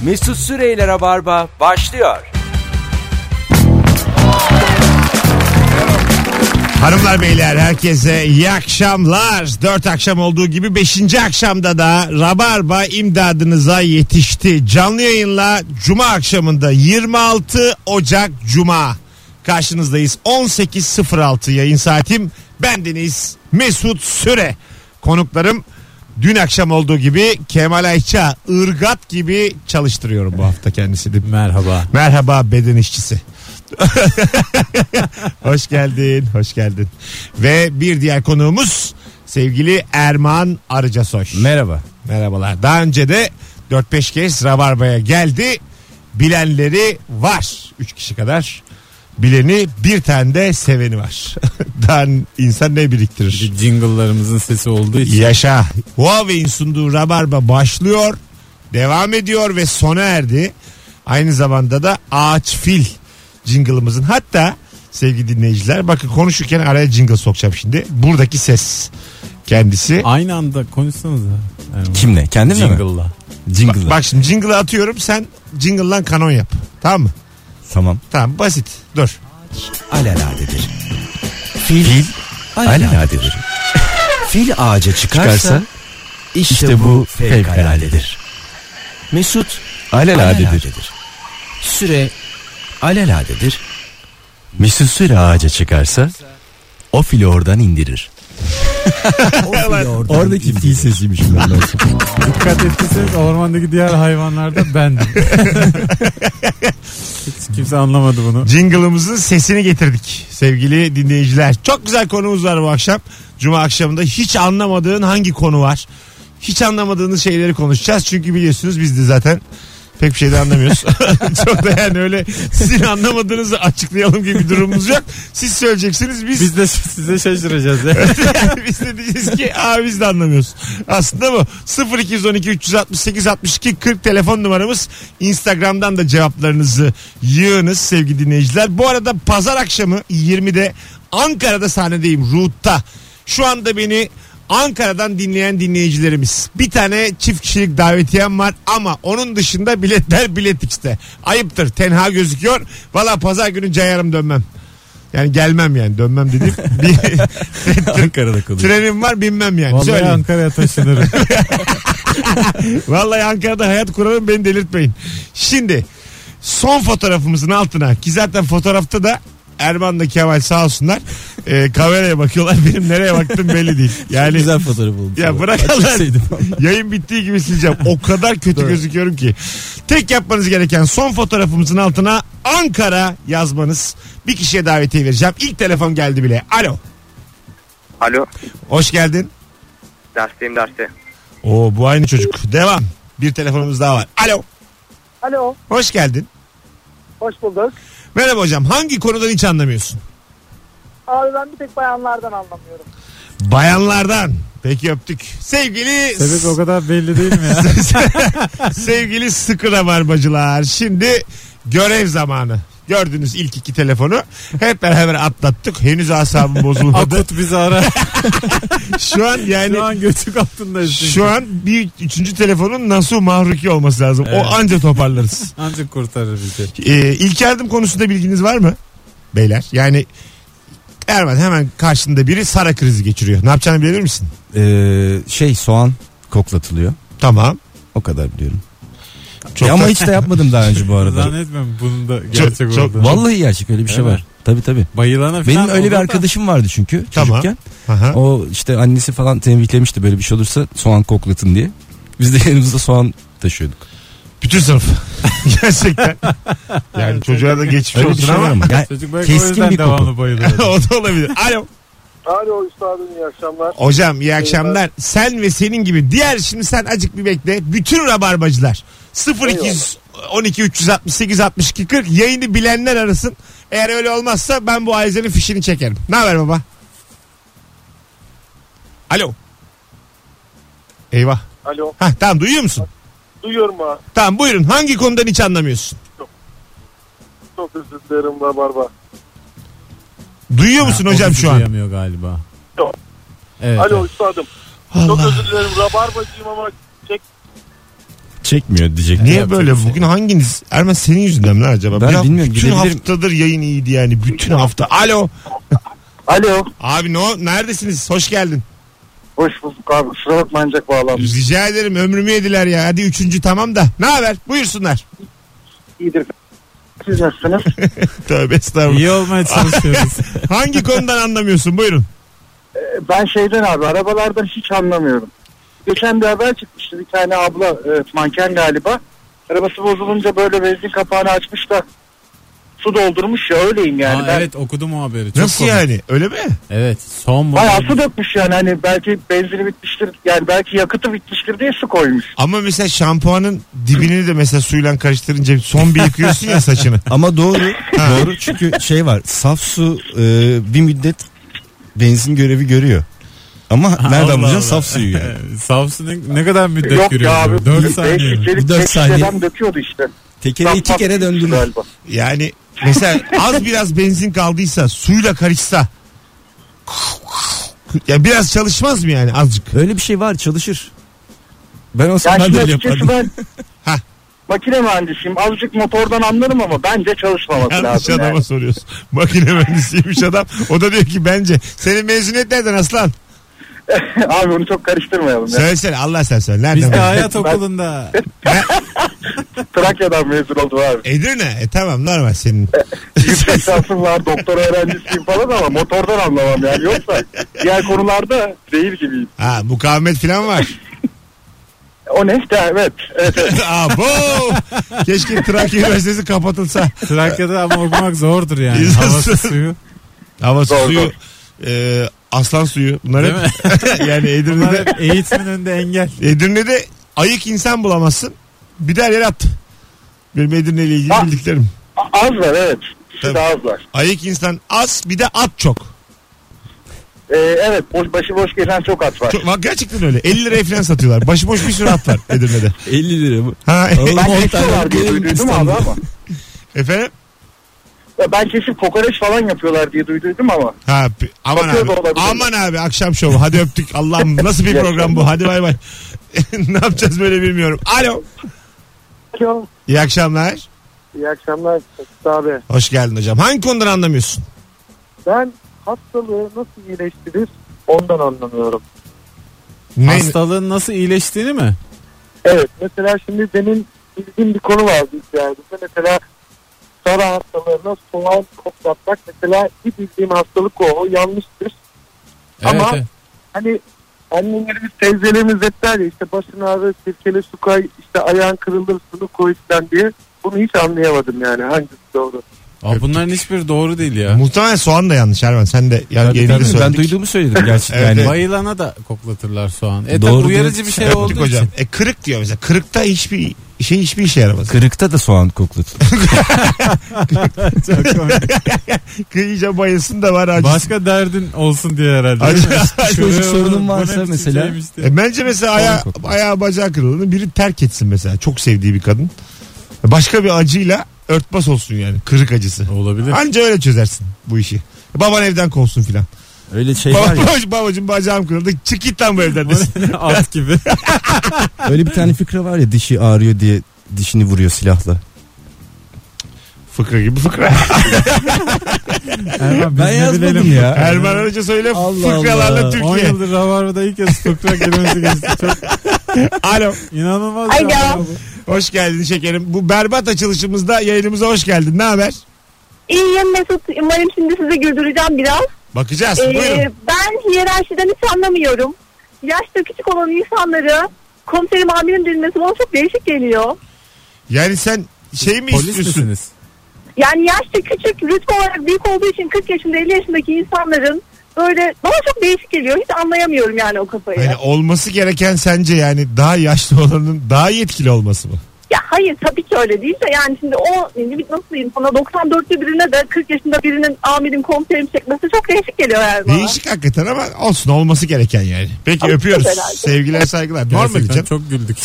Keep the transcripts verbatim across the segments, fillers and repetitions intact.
Mesut Süreyle Rabarba başlıyor. Hanımlar beyler herkese iyi akşamlar. Dört akşam olduğu gibi beşinci akşamda da Rabarba imdadınıza yetişti. Canlı yayınla Cuma akşamında yirmi altı Ocak Cuma karşınızdayız. on sekiz sıfır altı yayın saatim. Bendeniz Mesut Süre. Konuklarım dün akşam olduğu gibi Kemal Ayça, ırgat gibi çalıştırıyorum bu hafta kendisini. Merhaba. Merhaba beden işçisi. Hoş geldin, hoş geldin. Ve bir diğer konuğumuz sevgili Erman Arıcasoy. Merhaba. Merhabalar. Daha önce de dört beş kez Rabarba'ya geldi. Bilenleri var. üç kişi kadar. Bileni, bir tane de seveni var. Daha insan ne biriktirir? Jingle'larımızın sesi olduğu için. Yaşa. Huawei'in sunduğu Rabarba başlıyor, devam ediyor ve sona erdi. Aynı zamanda da Ağaç Fil jingle'ımızın, hatta sevgili dinleyiciler bakın konuşurken araya jingle sokacağım şimdi. Buradaki ses kendisi. Aynı anda konuşsanız da. Yani kimle? Kendimle mi? Jingle'la. Jingle'la. Bak, bak şimdi jingle'ı atıyorum, sen jingle'dan kanon yap. Tamam mı? Tamam. Tamam, basit. Dur. Alaladedir. Fil, Fil alaladedir. Fil ağaca çıkarsa, çıkarsa işte, işte bu bu fevkaladedir. Mesut alaladedir. alaladedir. Süre alaladedir. Mesut Süre ağaca çıkarsa o fili oradan indirir. O fili oradan Oradaki fil sesiymiş bundan sonra. Dikkat ettiyseniz ormandaki diğer hayvanlarda bendim. Hiç kimse anlamadı bunu. Jingle'ımızın sesini getirdik sevgili dinleyiciler. Çok güzel konumuz var bu akşam. Cuma akşamında hiç anlamadığın hangi konu var? Hiç anlamadığınız şeyleri konuşacağız. Çünkü biliyorsunuz biz de zaten pek bir şey de anlamıyoruz. Çok da yani öyle sizin anlamadığınızı açıklayalım gibi bir durumumuz yok. Siz söyleyeceksiniz, biz... Biz de size şaşıracağız. Ya. Yani biz de diyeceğiz ki aa biz de anlamıyoruz. Aslında bu sıfır iki on iki üç altı sekiz altmış iki kırk telefon numaramız. Instagram'dan da cevaplarınızı yığınız sevgili dinleyiciler. Bu arada pazar akşamı yirmide Ankara'da sahnedeyim, Root'ta. Şu anda beni Ankara'dan dinleyen dinleyicilerimiz, bir tane çift kişilik davetiyem var ama onun dışında biletler Bilet X'te. Ayıptır, tenha gözüküyor. Valla pazar günü cayarım, dönmem. Yani gelmem, yani dönmem dedim. Bir Ankara'da kalıyor. trenim var, binmem yani. Vallahi Söyleyin. Ankara'ya taşınırım. Vallahi Ankara'da hayat kurarım, beni delirtmeyin. Şimdi son fotoğrafımızın altına, ki zaten fotoğrafta da Erman'la Kemal sağ olsunlar e, kameraya bakıyorlar, benim nereye baktım belli değil. Yani güzel fotoğraf oldu. ya bırakalım, yayın bittiği gibi sileceğim, o kadar kötü gözüküyorum ki. Tek yapmanız gereken son fotoğrafımızın altına Ankara yazmanız. Bir kişiye davetiye vereceğim. İlk telefon geldi bile. Alo. Alo. Hoş geldin. Dersteyim derste. Oo, bu aynı çocuk. Devam. Bir telefonumuz daha var. Alo. Alo. Hoş geldin. Hoş bulduk. Merhaba hocam. Hangi konudan hiç anlamıyorsun? Abi ben bir tek bayanlardan anlamıyorum. Bayanlardan. Peki, öptük. Sevgili Sebep o kadar belli değil mi ya? sevgili sıkı rabarbacılar. Şimdi görev zamanı. Gördünüz ilk iki telefonu. Hep beraber atlattık. Henüz asabım bozulmadı. Akut bizi ara. Şu an yani Şu an götük altındayız. şu an bir üçüncü telefonun Nasuh Mahruki olması lazım. Evet. O anca toparlarız. Ancak kurtarır bizi. Ee, ilk yardım konusunda bilginiz var mı? Beyler. Yani Erman, hemen karşında biri Sara krizi geçiriyor. Ne yapacağını bilir misin? Ee, şey soğan koklatılıyor. Tamam. O kadar biliyorum. Çok E ama da- hiç de yapmadım daha önce bu arada. Zannetmiyorum bunun da gerçek Çok- çok- olduğunu. Vallahi gerçek, öyle bir şey Evet. var. Tabii tabii. Bayılana falan. Benim öyle bir olur da- arkadaşım vardı çünkü Tamam. çocukken. Aha. O işte annesi falan tembihlemişti, böyle bir şey olursa soğan koklatın diye. Biz de yanımızda soğan taşıyorduk. Bütün sınıf. Gerçekten. Yani çocuğa da geçmiş Öyle bir olsun şey var ama. ama. Yani Çocuk belki o keskin yüzden bir devamlı koku. bayılıyor. O da olabilir. Alo. Alo üstadım, iyi akşamlar. Hocam iyi akşamlar. Sen ve senin gibi diğer, şimdi sen acık bir bekle. Bütün rabarbacılar sıfır iki on iki üç altı sekiz altmış iki kırk yayını bilenler arasın. Eğer öyle olmazsa ben bu Ayzen'in fişini çekerim. Ne haber baba? Alo. Eyvah. Alo. Hah, tamam, duyuyor musun? Duyuyorum abi. Tamam, buyurun. Hangi konudan hiç anlamıyorsun? Çok özür dilerim Rabarba. Duyuyor musun Ha, hocam o bizi şu an? duyamıyor galiba. Yok. Evet. Alo evet. üstadım. Çok Allah. özür dilerim Rabarbacıyım ama çek. çekmiyor diyecek. Niye böyle bugün hanginiz? Ermen senin yüzünden mi acaba? Ben Bir hafta- bilmiyorum, Bütün gidebilirim. haftadır yayın iyiydi yani. Bütün hafta. Alo. Alo. Abi no, neredesiniz? Hoş geldin. Hoş bulduk abi. Kusura bakma ancak bağlandım. Rica ederim, ömrümü yediler ya. Hadi üçüncü tamam da. Ne haber? Buyursunlar. İyidir. Siz nasılsınız? Tövbe estağfurullah. İyi olmaya çalışıyoruz. Hangi konudan anlamıyorsun? Buyurun. Ben şeyden abi arabalardan hiç anlamıyorum. Geçen bir haber çıkmıştı. Bir tane abla e, manken galiba. Arabası bozulunca böyle benzin kapağını açmış da su doldurmuş ya, öyleyim yani. Aa, ben evet okudum o haberi. Çok Nasıl komik. yani? Öyle mi? Evet son bayağı model. su dökmüş yani, hani belki benzini bitmiştir, yani belki yakıtı bitmiştir diye su koymuş. Ama mesela şampuanın dibini de mesela suyla karıştırınca son bir yıkıyorsun ya saçını. Ama doğru. Doğru çünkü şey var. Saf su e, bir müddet benzin görevi görüyor. Ama nereden Allah bulacaksın Allah. saf suyu yani. Saf su ne, ne kadar müddet Yok görüyor? ya abi, dört beş saniye. mi? litrelik Dört tek saniye. şişeden döküyordu işte. Tekeri iki kere döndürür. Galiba. Yani mesela az biraz benzin kaldıysa suyla karışsa ya biraz çalışmaz mı yani azıcık? Öyle bir şey var, çalışır. Ben olsam Yani ben şimdi de öyle açıkçası yapardım. ben Hah. makine mühendisiyim. Azıcık motordan anlarım ama bence çalışmaması Yanlış lazım. adama Yani. soruyorsun. Makine mühendisiymiş adam. O da diyor ki bence. Senin mezuniyet nereden aslan? Abi onu çok karıştırmayalım ya. Söylesene Allah sen söyle. Nereden? Biz de mezun? hayat okulunda. Trakya'dan mezun oldum abi. Edirne. E tamam normal senin. Yüksek şansım var, doktora öğrencisiyim falan ama motordan anlamam yani. Yoksa diğer konularda değil gibiyim. Ha mukavemet falan var. O ne işte, evet. Evet, evet. Abo. Keşke Trakya Üniversitesi kapatılsa. Trakya'da ama okumak zordur yani. İnsan- Havası suyu. Hava Doğru, suyu. doğru. E, aslan suyu. Bunlar Değil hep, mi? yani Bunlar Edirne'de, hep eğitimin önünde engel. Edirne'de ayık insan bulamazsın. Bir de her yere at. Benim Edirne ile ilgili Ha. bildiklerim. A- Az var, evet. Tabii. İşte az var. Ayık insan az, bir de at çok. Ee, evet, boş, başı boş gezen çok at var. Çok- bak gerçekten öyle. elli liraya falan satıyorlar. Başıboş bir sürü at var Edirne'de. elli lira mı? Ha, Oğlum, Ben on kesin tane var diye gelin duyduydum abi İstanbul'a. ama. efendim? Ya ben kesin kokoreç falan yapıyorlar diye duyduydum ama. Ha, p- aman Bakıyor abi. da olabilir. Aman abi akşam şovu. Hadi öptük. Allah'ım nasıl bir program bu? Hadi bay bay. Ne yapacağız böyle bilmiyorum. Alo. Alo. İyi akşamlar. İyi akşamlar abi. Hoş geldin hocam. Hangi konudan anlamıyorsun? Ben hastalığı nasıl iyileştirir ondan anlamıyorum. Ne? Hastalığın nasıl iyileştiğini mi? Evet, mesela şimdi benim bildiğim bir konu vardı hikayemizde. Mesela Sara hastalığına soğan koklatmak mesela bir bildiğim hastalık o, o yanlıştır. Evet, Ama- evet. Hani annelerimiz, teyzelerimiz hep der ya, işte başın ağrı, sirkeli su kay, işte ayağın kırılır sunu koy falan diye. Bunu hiç anlayamadım yani, hangisi doğru. Aa, bunların hiçbiri doğru değil ya. Muhtemelen soğan da yanlış Erman. Sen de yani Tabii, yeni tabii. de Ben Ben söyledik. duyduğumu söyledim gerçekten. Evet, yani. evet. Bayılana da koklatırlar soğan. E Doğru tabi uyarıcı değil. bir şey Öptük olduğu hocam. için. E kırık diyor mesela. Kırıkta hiçbir şey hiçbir işe yaramaz. Kırıkta da soğan koklatır. Çok komik. İyice bayılsın da var acı. Başka derdin olsun diye herhalde. Acı- Çocuk sorunun Bu ne varsa biçim mesela. şeymiş diye. E bence mesela aya, koklar. ayağı bacağı kırıldığında biri terk etsin mesela. Çok sevdiği bir kadın. Başka bir acıyla örtbas olsun yani. Kırık acısı. Olabilir. Anca öyle çözersin bu işi. Baban evden kovsun filan. Öyle şey var ya. Baba, babacım bacağım kırıldı. Çık git lan bu evden desin. At gibi. Öyle bir tane fıkra var ya, dişi ağrıyor diye dişini vuruyor silahla. Fıkra gibi fıkra. Erman, biz Ben ne yazmadım bilelim ya. Erman Arıca söyle Allah fıkralarla Allah. on Türkiye. yıldır Rabarba'da ilk kez fıkra kelimesi geçti. Çok Alo. inanılmaz. Alo. ya bu. Hoş geldin şekerim. Bu berbat açılışımızda yayınımıza hoş geldin. Ne haber? İyiyim Mesut. Umarım şimdi sizi güldüreceğim biraz. Bakacağız. Ee, Buyurun. ben hiyerarşiden hiç anlamıyorum. Yaşta küçük olan insanları komiserim amirim denilmesi bana çok değişik geliyor. Yani sen şey mi Polis istiyorsun? misiniz? Yani yaşta küçük, rütbe olarak büyük olduğu için kırk yaşında elli yaşındaki insanların böyle bana çok değişik geliyor. Hiç anlayamıyorum yani o kafayı. Yani olması gereken sence yani daha yaşlı olanın daha yetkili olması mı? Ya hayır tabii ki öyle değil de yani şimdi o nasıl diyeyim sana doksan dörtlü birine de kırk yaşında birinin amirim komiserim çekmesi çok değişik geliyor yani bana. Değişik hakikaten ama olsun, olması gereken yani. Peki Ama öpüyoruz. herhalde. Sevgiler saygılar. Normal Gerçekten canım. çok güldük.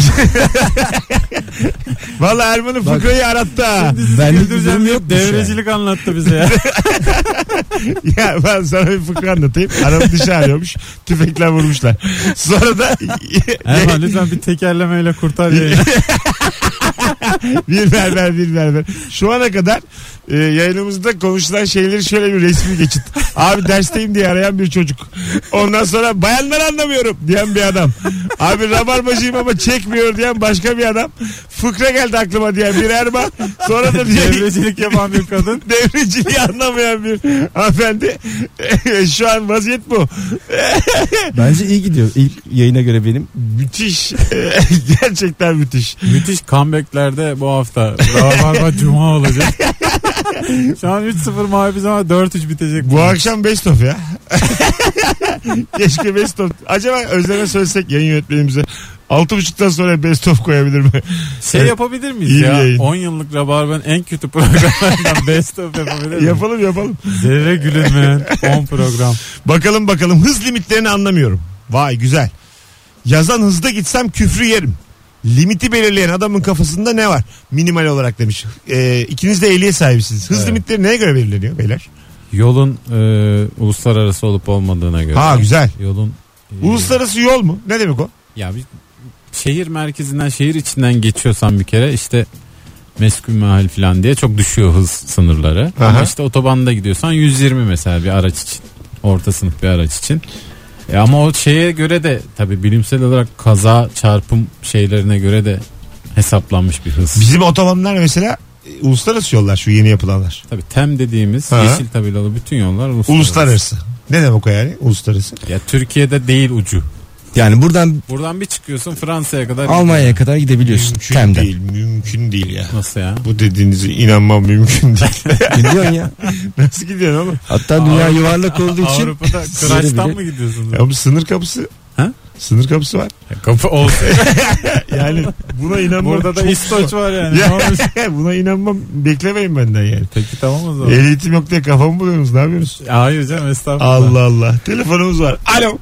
Valla Erman'ın fıkrayı arattı ha. Ben de Güldüreceğim yok yok devrecilik anlattı bize ya. Ya ben sana bir fıkra anlatayım. Arabı dışı arıyormuş. Tüfekle vurmuşlar. Sonra da Erman lütfen bir tekerlemeyle kurtar yayını. bir ver ver bir ver ver. Şu ana kadar e, yayınımızda konuşulan şeyleri şöyle bir resmi geçit. Abi dersteyim diye arayan bir çocuk. Ondan sonra bayanlar anlamıyorum diyen bir adam. Abi rabarbacıyım ama çekmiyor diyen başka bir adam. Fıkra geldi aklıma diyen bir Erman. Sonra da diye, Devrecilik yapan bir kadın. devreciliği anlamayan bir hanımefendi. Şu an vaziyet bu. Bence iyi gidiyor. İlk yayına göre benim. Müthiş. Gerçekten müthiş. Müthiş comeback'lerde bu hafta. Rabarba Cuma olacak. Şu an üç sıfır mağlubuz ama dört üç bitecek. Bu akşam best of ya. Keşke best of. Acaba Özlem'e söylesek yayın yönetmenimize altı buçuktan sonra best of koyabilir mi? Şey Evet. yapabilir miyiz İyi bir ya? yayın. on yıllık Rabarba'nın en kötü programlarından best of yapabilir miyiz? Yapalım yapalım. Zerre gülünmeyen on program. Bakalım bakalım hız limitlerini anlamıyorum. Vay güzel. Yazan hızda gitsem küfrü yerim. Limiti belirleyen adamın kafasında ne var? Minimal olarak demiş. Ee, ikiniz de ehliyet sahibisiniz. Hız Evet. limitleri neye göre belirleniyor beyler? Yolun e, uluslararası olup olmadığına göre. Ha güzel. Yolun e, Uluslararası yol mu? Ne demek o? Ya bir şehir merkezinden şehir içinden geçiyorsan bir kere işte meskun mahal falan diye çok düşüyor hız sınırları. Aha. Ama işte otobanda gidiyorsan yüz yirmi mesela bir araç için. Orta sınıf bir araç için. E ama o şeye göre de tabii bilimsel olarak kaza çarpım şeylerine göre de hesaplanmış bir hız. Bizim otobanlar mesela e, uluslararası yollar, şu yeni yapılanlar. Tabii tem dediğimiz Ha. yeşil tabelalı bütün yollar uluslararası. Uluslararası. Ne demek o yani? Uluslararası. Ya Türkiye'de değil ucu. Yani buradan Buradan bir çıkıyorsun Fransa'ya kadar. Almanya'ya kadar gidebiliyorsun. Mümkün Temden. değil. Mümkün değil ya. Nasıl ya? Bu dediğinize inanmam mümkün değil. Gidiyorsun ya. Nasıl gidiyorsun oğlum? Hatta dünya yuvarlak olduğu için Avrupa'da Sırada Kıraç'tan bile- mı gidiyorsunuz? Ya bu sınır kapısı. Ha? Sınır kapısı var. Kapı olsun. Yani buna inanmam. Burada da çok İstoç zor. var yani. Ya, Ne olmuş? buna inanmam. Beklemeyin benden yani. Peki tamam o zaman. Ehliyetim yok diye kafamı buluyorsunuz. Ne yapıyorsunuz? Hayır canım estağfurullah. Allah Allah. Telefonumuz var. Alo.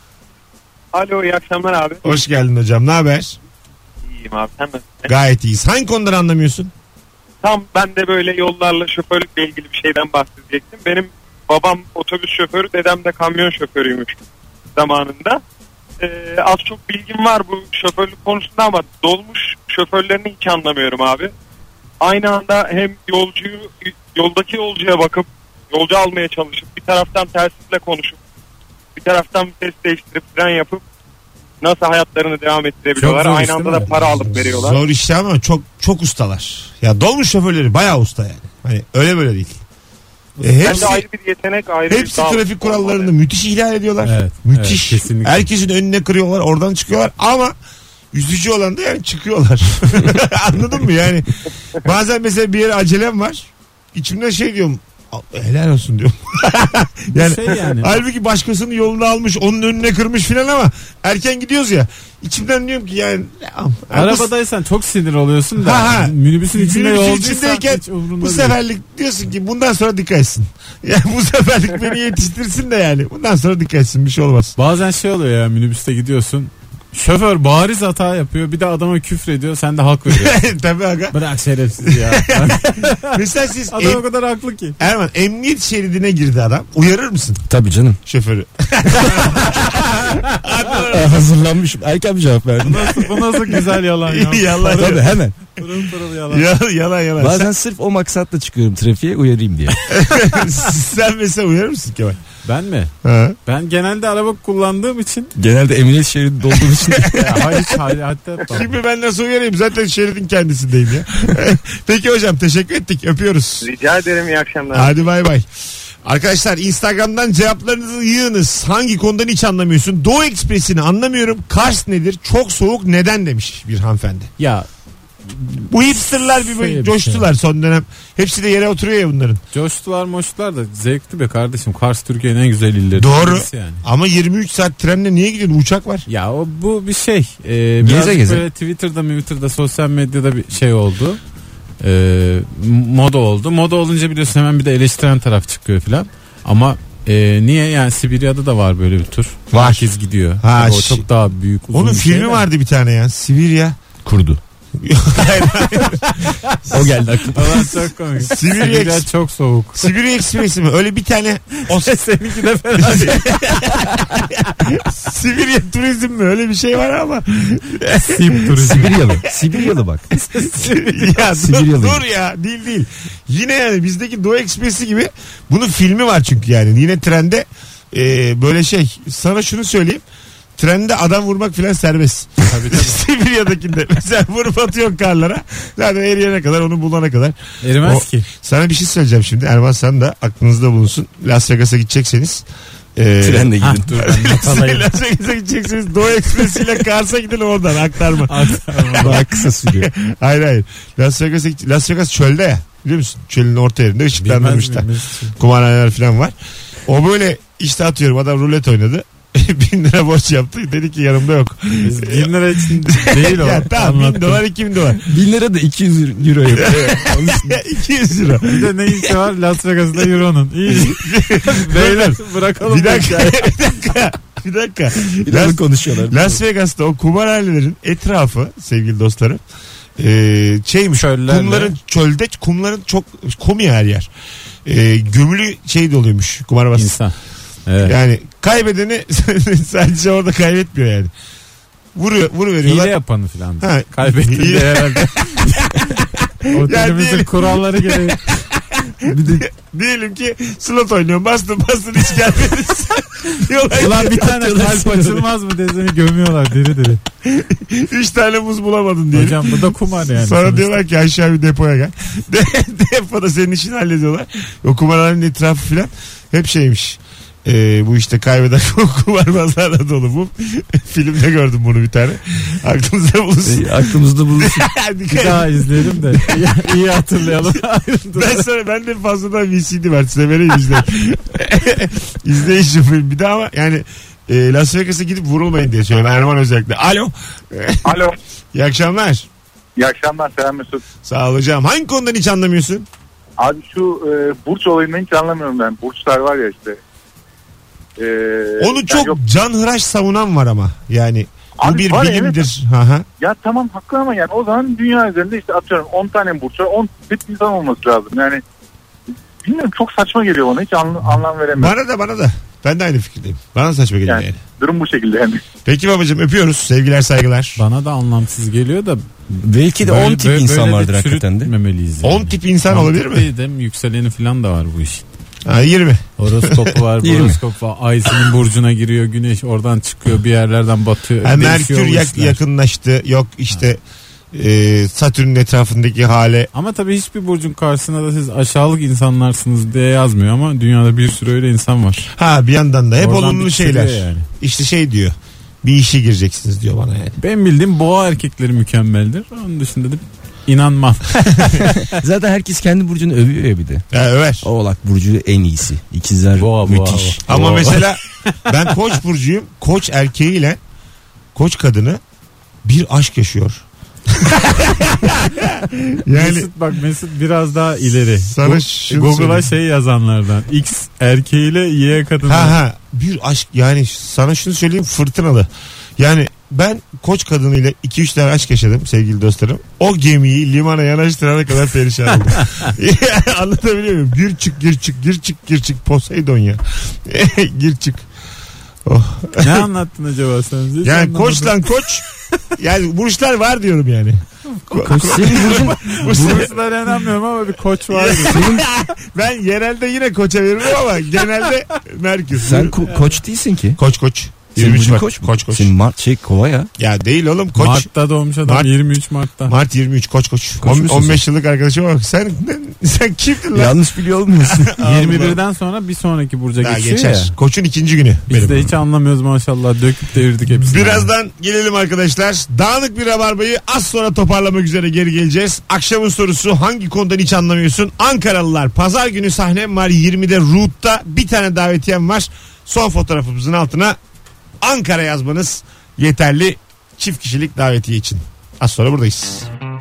Alo iyi akşamlar abi. Hoş geldin hocam. Ne haber? İyiyim abi sen nasılsın? Gayet iyiyiz. Hangi konuları anlamıyorsun? Tam ben de böyle yollarla şoförlükle ilgili bir şeyden bahsedecektim. Benim babam otobüs şoförü, dedem de kamyon şoförüymüş zamanında. Ee, az çok bilgim var bu şoförlük konusunda ama dolmuş şoförlerini hiç anlamıyorum abi. Aynı anda hem yolcuyu yoldaki yolcuya bakıp yolcu almaya çalışıp bir taraftan telsizle konuşup bir taraftan vites değiştirip fren yapıp nasıl hayatlarını devam ettirebiliyorlar. Çok zor Aynı iş anda değil da mi? para alıp veriyorlar. Zor işte ama çok çok ustalar. Ya dolmuş şoförleri bayağı usta yani. Hani öyle böyle değil. E, Bence hepsi ayrı bir yetenek, ayrı bir hepsi dağılık trafik olmalı. kurallarını müthiş ihlal ediyorlar. Evet, Müthiş. evet, kesinlikle. Herkesin önüne kırıyorlar, oradan çıkıyorlar ama üzücü olan da yani çıkıyorlar. Anladın mı yani? Bazen mesela bir yere acelem var. İçimden şey diyorum. Helal olsun diyorum. yani, Şey yani. halbuki başkasının yolunu almış, onun önüne kırmış filan ama erken gidiyoruz ya. İçimden diyorum ki yani Arabadaysan çok sinir oluyorsun da Ha, ha. minibüsün içinde Minibüsün yolcuysan içindeyken hiç umurunda bu değil. seferlik diyorsun ki bundan sonra dikkat etsin. Yani bu seferlik beni yetiştirsin de yani. Bundan sonra dikkat etsin, bir şey olmaz. Bazen şey oluyor ya minibüste gidiyorsun. Şoför bariz hata yapıyor. Bir de adama küfrediyor. Sen de hak veriyorsun. Tabii aga. Bırak şerefsiz ya. Mesela siz Adam em- o kadar haklı ki. Erman emniyet şeridine girdi adam. Uyarır mısın Tabii canım. şoförü? Hazırlanmışım. Erken bir cevap verdim. Nasıl, bu nasıl güzel yalan ya. Yalan. Tabii hemen. Pırıl pırıl yalan. yalan yalan. yalan. Bazen sırf o maksatla çıkıyorum trafiğe uyarayım diye. Sen, sen mesela uyarır mısın Kemal? Ben mi? Ha? Ben genelde araba kullandığım için Genelde emniyet şeridi dolduğum için. ya, hayır, hayır, hatta Şimdi ben nasıl uyarayım? Zaten şeridin kendisindeyim ya. Peki hocam, teşekkür ettik. Öpüyoruz. Rica ederim, iyi akşamlar. Hadi bay bay. Arkadaşlar Instagram'dan cevaplarınızı yığınız. Hangi konudan hiç anlamıyorsun? Doğu Ekspresi'ni anlamıyorum. Kars nedir? Çok soğuk neden demiş bir hanımefendi. ya Bu hipsterlar bir böyle Şey bir coştular son dönem. Hepsi de yere oturuyor ya bunların. Coştular moştular da zevkli be kardeşim. Kars Türkiye'nin en güzel illeri. Doğru. Yani. Ama yirmi üç saat trenle niye gidiyorsun? Uçak var. Ya o bu bir şey. Ee, birazcık geze. böyle Twitter'da, Twitter'da, sosyal medyada bir şey oldu. Ee, moda oldu. Moda olunca biliyorsun hemen bir de eleştiren taraf çıkıyor filan. Ama e, niye yani Sibirya'da da var böyle bir tur. Var. Herkes gidiyor. Ha, Tabii o şey- çok daha büyük uzun Onun bir filmi şey de. vardı bir tane ya. Sibirya. Kurdu. Hayır, hayır. O geldi aklıma. Ulan çok komik. Sibirya, Sibirya çok soğuk. Sibirya Ekspresi mi? Öyle bir tane o Seninki de fena değil. Sibirya turizm mi? Öyle bir şey var ama. Sip turizm. Sibiryalı. Sibiryalı bak. ya dur, Sibiryalı. dur ya. Değil değil. Yine yani bizdeki Doğu Ekspresi gibi bunun filmi var çünkü yani. Yine trende e, böyle şey. Sana şunu söyleyeyim. Trende adam vurmak filan serbest. Tabii tabii. Sibirya'dakinde. Mesela vurup atıyorsun karlara. Zaten eriyene kadar onu bulana kadar. Erimez O- ki. Sana bir şey söyleyeceğim şimdi. Erman sen de aklınızda bulunsun. Las Vegas'a gidecekseniz. E, Trenle Ha, gidin. dur ben not alayım. Las Vegas'a gideceksiniz. Doğu Ekspresi ile Kars'a gidin oradan aktarma. Daha kısa sürüyor. hayır hayır. Las Vegas'a git- Las Vegas çölde ya. Biliyor musun? Çölün orta yerinde Bilmez ışıklandırmışlar. miyim? Kumarhaneler falan var. O böyle işte atıyorum adam rulet oynadı. bin lira borç yaptı. Dedi ki yanımda yok. Biz bin lira için değil o. ya tamam bin Anlattım. dolar iki bin dolar. bin lira da iki yüz euro yapıyor. iki yüz lira. Bir de ne işi var Las Vegas'ta Euro'nun. İyi. Beyler bırakalım. Bir dakika. bir dakika. Bir dakika. Bir daha konuşuyorlar. Las Vegas'ta o kumarhanelerin etrafı sevgili dostlarım e, şeymiş Çöllerle. kumların çölde kumların çok kum ya her yer. E, gömülü şey doluyormuş kumarbaz. İnsan. Evet. Yani kaybedeni sadece orada kaybetmiyor yani. Vuruyor, vuruveriyorlar. Hile yapanı falan. Ha, Kaybettin hile- de herhalde. Otelimizin diyelim- kuralları gereği. Bir de diyelim ki slot oynuyor. Bastın bastın hiç gelmedin. Diyorlar ki, Ulan bir tane kalp açılmaz mı diye seni gömüyorlar diri diri. üç tane muz bulamadın diyelim. Hocam bu da kumar yani. Sonra sonuçta. diyorlar ki aşağı bir depoya gel. De, depoda senin işini hallediyorlar. O kumarhanenin etrafı filan hep şeymiş. Ee, bu işte kaybeden kumarbazlarla dolu bu. Filmde gördüm bunu bir tane. Aklınızda bulunsun. E, aklımızda bulunsun. Dikkat Bir daha izleyelim de iyi, iyi hatırlayalım. Ben sana ben de fazladan V C D var size vereyim izleyin. İzleyin şu film. Bir daha ama yani e, Las Vegas'a gidip vurulmayın diye söylüyorum. Erman özellikle. Alo. Alo. İyi akşamlar. İyi akşamlar Selam Mesut. Sağ ol hocam. Hangi konudan hiç anlamıyorsun? Abi şu e, burç olayından hiç anlamıyorum ben. Burçlar var ya işte. E, Onu yani çok yok- canhıraç savunan var ama. Yani bu Abi bir var, bilimdir. Hı hı. Ya tamam haklı ama yani o zaman dünya üzerinde işte atıyorum on tane burç var. on tip insan olması lazım. Yani bilmiyorum çok saçma geliyor bana. Hiç anlam, anlam veremiyorum. Bana da bana da. Ben de aynı fikirdeyim. Bana da saçma geliyor yani. Yani durum bu şekilde yani. Peki babacığım öpüyoruz. Sevgiler saygılar. Bana da anlamsız geliyor da Belki de böyle- on tip böyle- insan böyle de vardır hakikaten de. çürütmemeliyiz on yani. tip insan On olabilir tip mi? değil de yükseleni falan da var bu işin. Ha, yirmi. Horoskopu var, Yirmi. horoskop var. Ay senin burcuna giriyor, güneş oradan çıkıyor, bir yerlerden batıyor. Ha, Değişiyor Merkür bu yak- işler. yakınlaştı. Yok işte e, Satürn'ün etrafındaki hale. Ama tabii hiçbir burcun karşısına da siz aşağılık insanlarsınız diye yazmıyor ama dünyada bir sürü öyle insan var. Ha bir yandan da hep Oradan olumlu bir şeyler. sürüyor yani. İşte şey diyor. Bir işe gireceksiniz diyor bana yani. Ben bildiğim boğa erkekleri mükemmeldir. Onun dışında da inanmam. Zaten herkes kendi burcunu övüyor ya bir de. Ha, över. Oğlak burcu en iyisi. İkizler Boğa, boğa, müthiş. boğa. Ama Oo. mesela ben koç burcuyum. Koç erkeğiyle koç kadını bir aşk yaşıyor. yani Mesut bak Mesut biraz daha ileri. Sana Bu- şunu Google'a söyleyeyim. şey yazanlardan. X erkeğiyle Y kadını. ha ha bir aşk yani sana şunu söyleyeyim fırtınalı. Yani ben koç kadınıyla iki üç tane aşk yaşadım sevgili dostlarım. O gemiyi limana yanaştırana kadar perişan oldum. Anlatabiliyor muyum? Gir çık gir çık gir çık gir çık Poseidon ya. Gir çık. Oh. Ne anlattın acaba sen? Hiç Yani anlamadım. koç lan koç. Yani burçlar var diyorum yani. Koç senin burcun Bu sefer- Burçlara inanmıyorum ama bir koç var. ben genelde yine koça veririm ama genelde Merkür. sen ko- koç değilsin ki. Koç koç. yirmi üç Senin Mart. Koç mu? Koç koç. Senin Mart şey kova ya. Ya değil oğlum koç. Mart'ta doğmuş adam Mart- yirmi üç Mart'ta. Mart yirmi üç koç koç. Koç On- musun on beş yıllık arkadaşım bak. Sen sen kimdin lan? Yanlış biliyor olmuyorsun. yirmi birden sonra bir sonraki burca Daha geçiyor geçer. ya. Koçun ikinci günü. Biz benim. de hiç anlamıyoruz maşallah. Döküp devirdik hepsini. Birazdan gelelim arkadaşlar. Dağınık bir rabarbayı az sonra toparlamak üzere geri geleceğiz. Akşamın sorusu hangi konudan hiç anlamıyorsun? Ankaralılar pazar günü sahnem var yirmide Root'ta bir tane davetiyem var. Son fotoğrafımızın altına Ankara yazmanız yeterli çift kişilik davetiye için. Az sonra buradayız.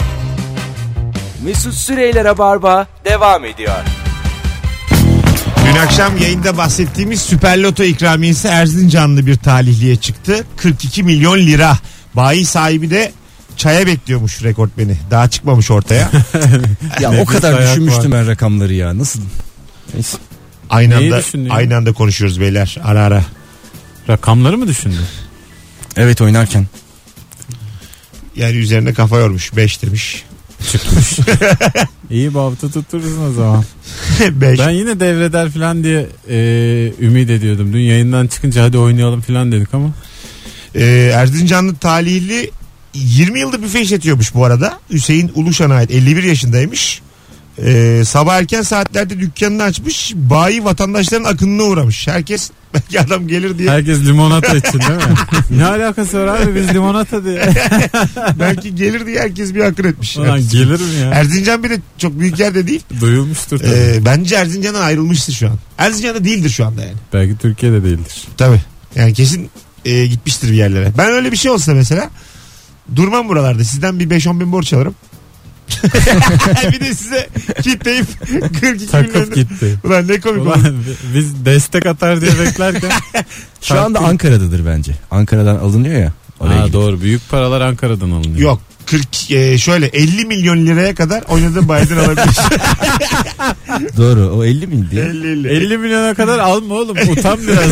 Mesut Süreyler'e barba devam ediyor. Dün akşam yayında bahsettiğimiz Süper Loto ikramiyesi Erzincanlı bir talihliye çıktı. kırk iki milyon lira. Bayi sahibi de çaya bekliyormuş rekortmeni. Daha çıkmamış ortaya. Ya o Nefes kadar ayak düşünmüştüm ben rakamları ya. Nasıl? Neyse. Aynı Neyi anda düşündün ya? aynı anda konuşuyoruz beyler ara ara. Rakamları mı düşündün? Evet oynarken. Yani üzerine kafa yormuş. beş demiş. Çıkmış. İyi bavta tutturursun o zaman. beş. Ben yine devreder falan diye e, ümit ediyordum. Dün yayından çıkınca hadi oynayalım falan dedik ama. Ee, Erzincanlı talihli yirmi yıldır büfe işletiyormuş bu arada. Hüseyin Uluşan'a ait elli bir yaşındaymış. Ee, sabah erken saatlerde dükkanını açmış. Bayi vatandaşların akınına uğramış. Herkes belki adam gelir diye. Herkes limonata için değil mi? Ne alakası var abi biz limonata diye. belki gelir diye herkes bir akın etmiş. Ulan gelir mi ya? Erzincan bir de çok büyük yerde değil. Duyulmuştur tabii. Ee, bence Erzincan'a ayrılmıştı şu an. Erzincan'da değildir şu anda yani. Belki Türkiye'de değildir. Tabii. Yani kesin e, gitmiştir bir yerlere. Ben öyle bir şey olsa mesela durmam buralarda. Sizden bir beş on bin borç alırım. bir de size kitleyip kırk iki Takıp milyon. gitti. Ulan ne komik olur. Ulan biz destek atar diye beklerken. Şu anda Ankara'dadır bence. Ankara'dan alınıyor ya. Oraya Ha, gidip. doğru büyük paralar Ankara'dan alınıyor. Yok kırk e, şöyle elli milyon liraya kadar oynadığı bayiden alabilir. Doğru o elli miydi? elli elli. elli milyona kadar alma oğlum utan biraz.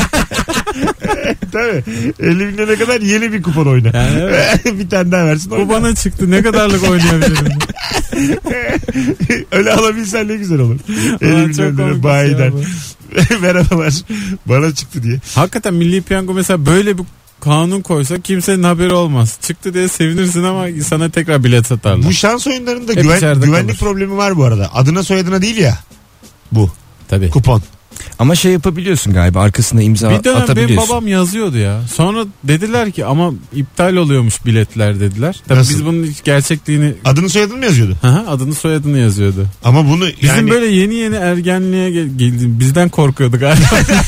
Tabii. elli milyona kadar yeni bir kupon oyna. Yani evet. bir tane daha versin. Bu oyna. bana çıktı ne kadarlık oynayabilirim. Öyle alabilsen ne güzel olur. elli Ulan milyon çok lira komik bayiden. ya bu. Merhabalar. Bana çıktı diye. Hakikaten Milli Piyango mesela böyle bir kanun koysa kimsenin haberi olmaz. Çıktı diye sevinirsin ama sana tekrar bilet satarlar. Bu şans oyunlarında Hep güven, içeride güvenlik kalır. problemi var bu arada. Adına soyadına değil ya. Bu Tabii. kupon. Ama şey yapabiliyorsun galiba arkasına imza Bir dönem benim atabiliyorsun. babam yazıyordu ya. Sonra dediler ki ama iptal oluyormuş biletler dediler. Tabii Nasıl? biz bunun hiç gerçekliğini Adını soyadını mı yazıyordu? Aha, adını soyadını yazıyordu. Ama bunu Bizim yani böyle yeni yeni ergenliğe gel- geldi. Bizden korkuyordu galiba.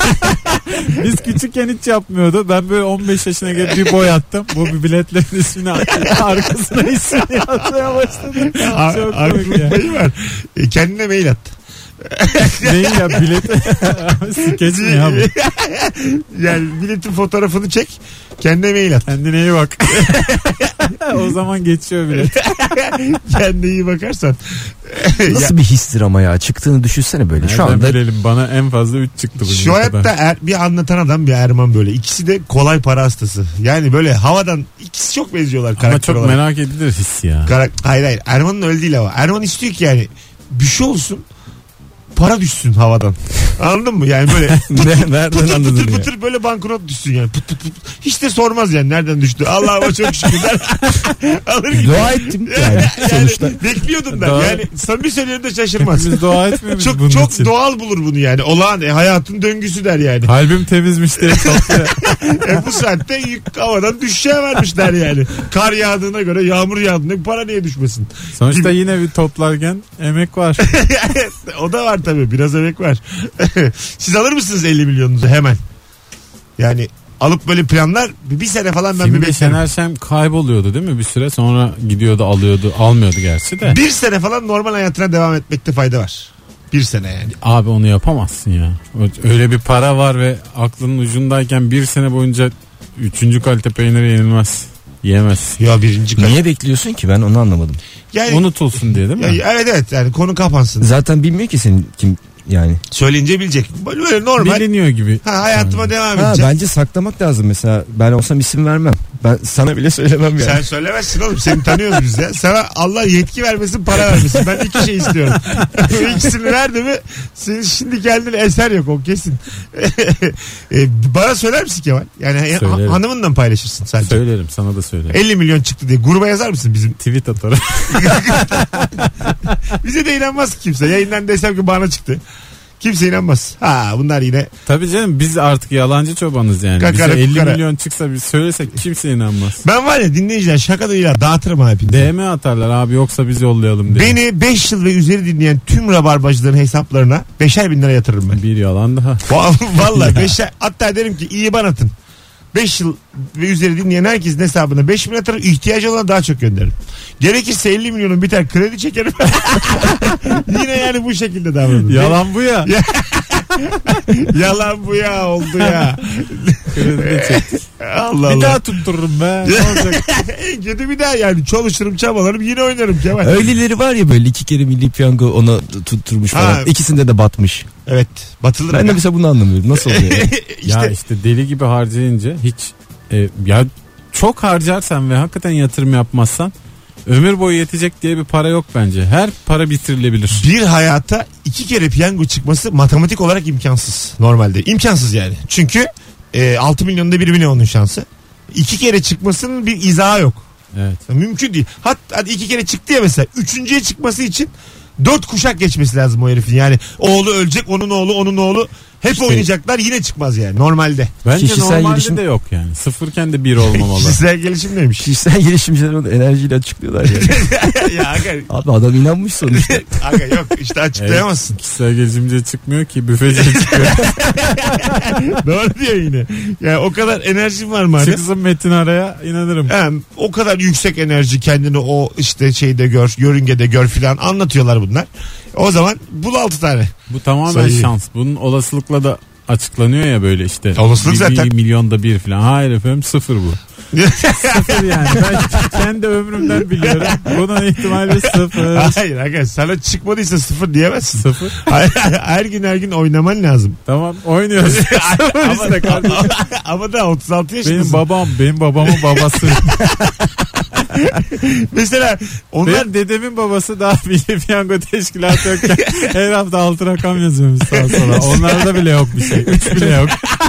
Biz küçükken hiç yapmıyordu. Ben böyle on beş yaşına gelip bir boy attım. Bu bir biletlerin ismini arkasına ismini yazmaya başladı. a- Çok komik aklın ya. payı var. E, kendine mail attı. Neyi ya bilet? Skeç mi ya bu? Yani biletin fotoğrafını çek. Kendine mail at. Kendine iyi bak. O zaman geçiyor bilet. Kendine iyi bakarsan. Nasıl bir histir ama ya çıktığını düşünsene böyle. Şu Nereden anda bilelim bana en fazla üç çıktı bugün. Şu hayatta er, bir anlatan adam bir Erman böyle. İkisi de kolay para hastası. Yani böyle havadan ikisi çok benziyorlar Ama karakter çok olarak. merak edilir his ya. Karak- hayır hayır. Erman'ın öyle değil ama. Erman istiyor ki yani bir şey olsun. Para düşsün havadan. Anladın mı? Yani böyle Ne- nereden pıtır anladın pıtır ya? pıtır böyle banknot düşsün yani. Pıt pıt pıt. Hiç de sormaz yani nereden düştü. Allah'ıma çok şükür. Alır gibi. Dua ettim yani sonuçta. Bekliyordum ben. Doğru. Yani samimi söylüyorum da şaşırmaz. Biz dua etmiyor muyuz bunun çok çok için? doğal bulur bunu yani. Olağan e, hayatın döngüsü der yani. Kalbim temizmiş diye topluyor. E, bu saatte yük havadan düşeceği varmış der yani. Kar yağdığına göre yağmur yağdığında para niye düşmesin? Sonuçta Gibi. yine bir toplarken emek var. O da var tabii. Biraz emek var. Siz alır mısınız elli milyonunuzu hemen? Yani alıp böyle planlar bir sene falan ben bir Şimdi beklerim. Şener Şen kayboluyordu değil mi bir süre sonra gidiyordu alıyordu almıyordu gerçi de. Bir sene falan normal hayatına devam etmekte fayda var. Bir sene yani. Abi onu yapamazsın ya. Öyle bir para var ve aklının ucundayken bir sene boyunca üçüncü kalite peyniri yenilmez. Yiyemez. Ya birinci kat. Niye bekliyorsun ki ben onu anlamadım. Yani, Unutulsun diye değil mi? ya, evet evet yani konu kapansın. Zaten bilmiyor ki senin kim yani. Söyleyince bilecek. Böyle, böyle normal. Biliniyor gibi. Ha, hayatıma devam Ha, edeceğim. bence saklamak lazım mesela. Ben olsam isim vermem. Ben sana bile söylemem yani. Sen söylemezsin oğlum. Seni tanıyoruz biz ya. Sana Allah yetki vermesin, para vermesin. Ben iki şey istiyorum. Bu ikisini verdi mi senin şimdi kendine eser yok, o kesin. e, bana söyler misin Kemal? Yani ha, hanımınla mı paylaşırsın sadece? Söylerim, sana da söylerim. elli milyon çıktı diye gruba yazar mısın bizim? Tweet atarım. Bize de inanmaz ki kimse. Yayından desem ki bana çıktı. Kimse inanmaz. Ha bunlar yine. Tabii canım, biz artık yalancı çobanız yani. Kakara, bize elli kukara. milyon çıksa biz söylesek kimse inanmaz. Ben var ya, dinleyiciler şaka da ilan dağıtırım abi. D M atarlar abi, yoksa biz yollayalım diye. Beni beş yıl ve üzeri dinleyen tüm rabarbacıların hesaplarına beşer bin lira yatırırım ben. Bir yalan daha. Vallahi beşer, hatta derim ki iyi ban atın. beş yıl ve üzeri dinleyen herkesin hesabına beş milyon atarım, ihtiyacı olana daha çok gönderirim. Gerekirse elli milyonun biter kredi çekerim. Yine yani bu şekilde davranırım. Yalan bu ya. Yalan bu ya, oldu ya. Kredi de çektik. Allah Allah. Bir daha tuttururum be. Ne olacak? En kötü bir daha yani, çalışırım çabalarım yine oynarım Kemal. Öyleleri var ya, böyle iki kere milli piyango ona tutturmuş falan. Ha. İkisinde de batmış. Evet, batılır. Ben de mesela bunu anlamıyorum. Nasıl oluyor? işte, Ya işte deli gibi harcayınca hiç e, ya çok harcarsan ve hakikaten yatırım yapmazsan ömür boyu yetecek diye bir para yok bence. Her para bitirilebilir. bir hayata iki kere piyango çıkması matematik olarak imkansız normalde. İmkansız yani. Çünkü e, altı milyonda biri mi ne onun şansı. İki kere çıkmasının bir izahı yok. Evet. Mümkün değil. Hatta hadi iki kere çıktı ya mesela. Üçüncüye çıkması için dört kuşak geçmesi lazım o herifin. Yani oğlu ölecek, onun oğlu, onun oğlu. Hep İşte, oynayacaklar, yine çıkmaz yani normalde. Bence Kişisel normalde gelişim... de yok yani. Sıfırken de bir olmamalı. Kişisel gelişim neymiş? Kişisel gelişimciler onu enerjiyle açıklıyorlar ya. Ya aga, Abi adam inanmış sonuçta. aga yok işte açıklayamazsın. Evet, kişisel gelişimciye çıkmıyor ki, büfeciye çıkıyor. Doğru diyor yine. Yani o kadar enerjim var mı? Çıksın Metin araya, inanırım. Yani o kadar yüksek enerji, kendini o işte şeyde gör, yörüngede gör filan anlatıyorlar bunlar. O zaman bul altı tane. Bu tamamen Sayı. şans. Bunun olasılıkla da açıklanıyor ya böyle işte. Olasılık bir, zaten. Bir milyonda bir falan. Hayır efendim, sıfır bu. Sıfır yani. Ben kendi ömrümden biliyorum. Bunun ihtimali sıfır. Hayır aga, sana çıkmadıysa sıfır diyemezsin. Sıfır. Hayır, her gün her gün oynaman lazım. Tamam, oynuyoruz. ama, işte kardeşim. ama, ama da otuz altı yaşındasın. Benim babam, benim babamın babası. Mesela onlar... Benim dedemin babası daha Milli Piyango Teşkilatı yokken her hafta altı rakam yazıyormuş sağa sola. Onlarda bile yok bir şey. Üç bile yok.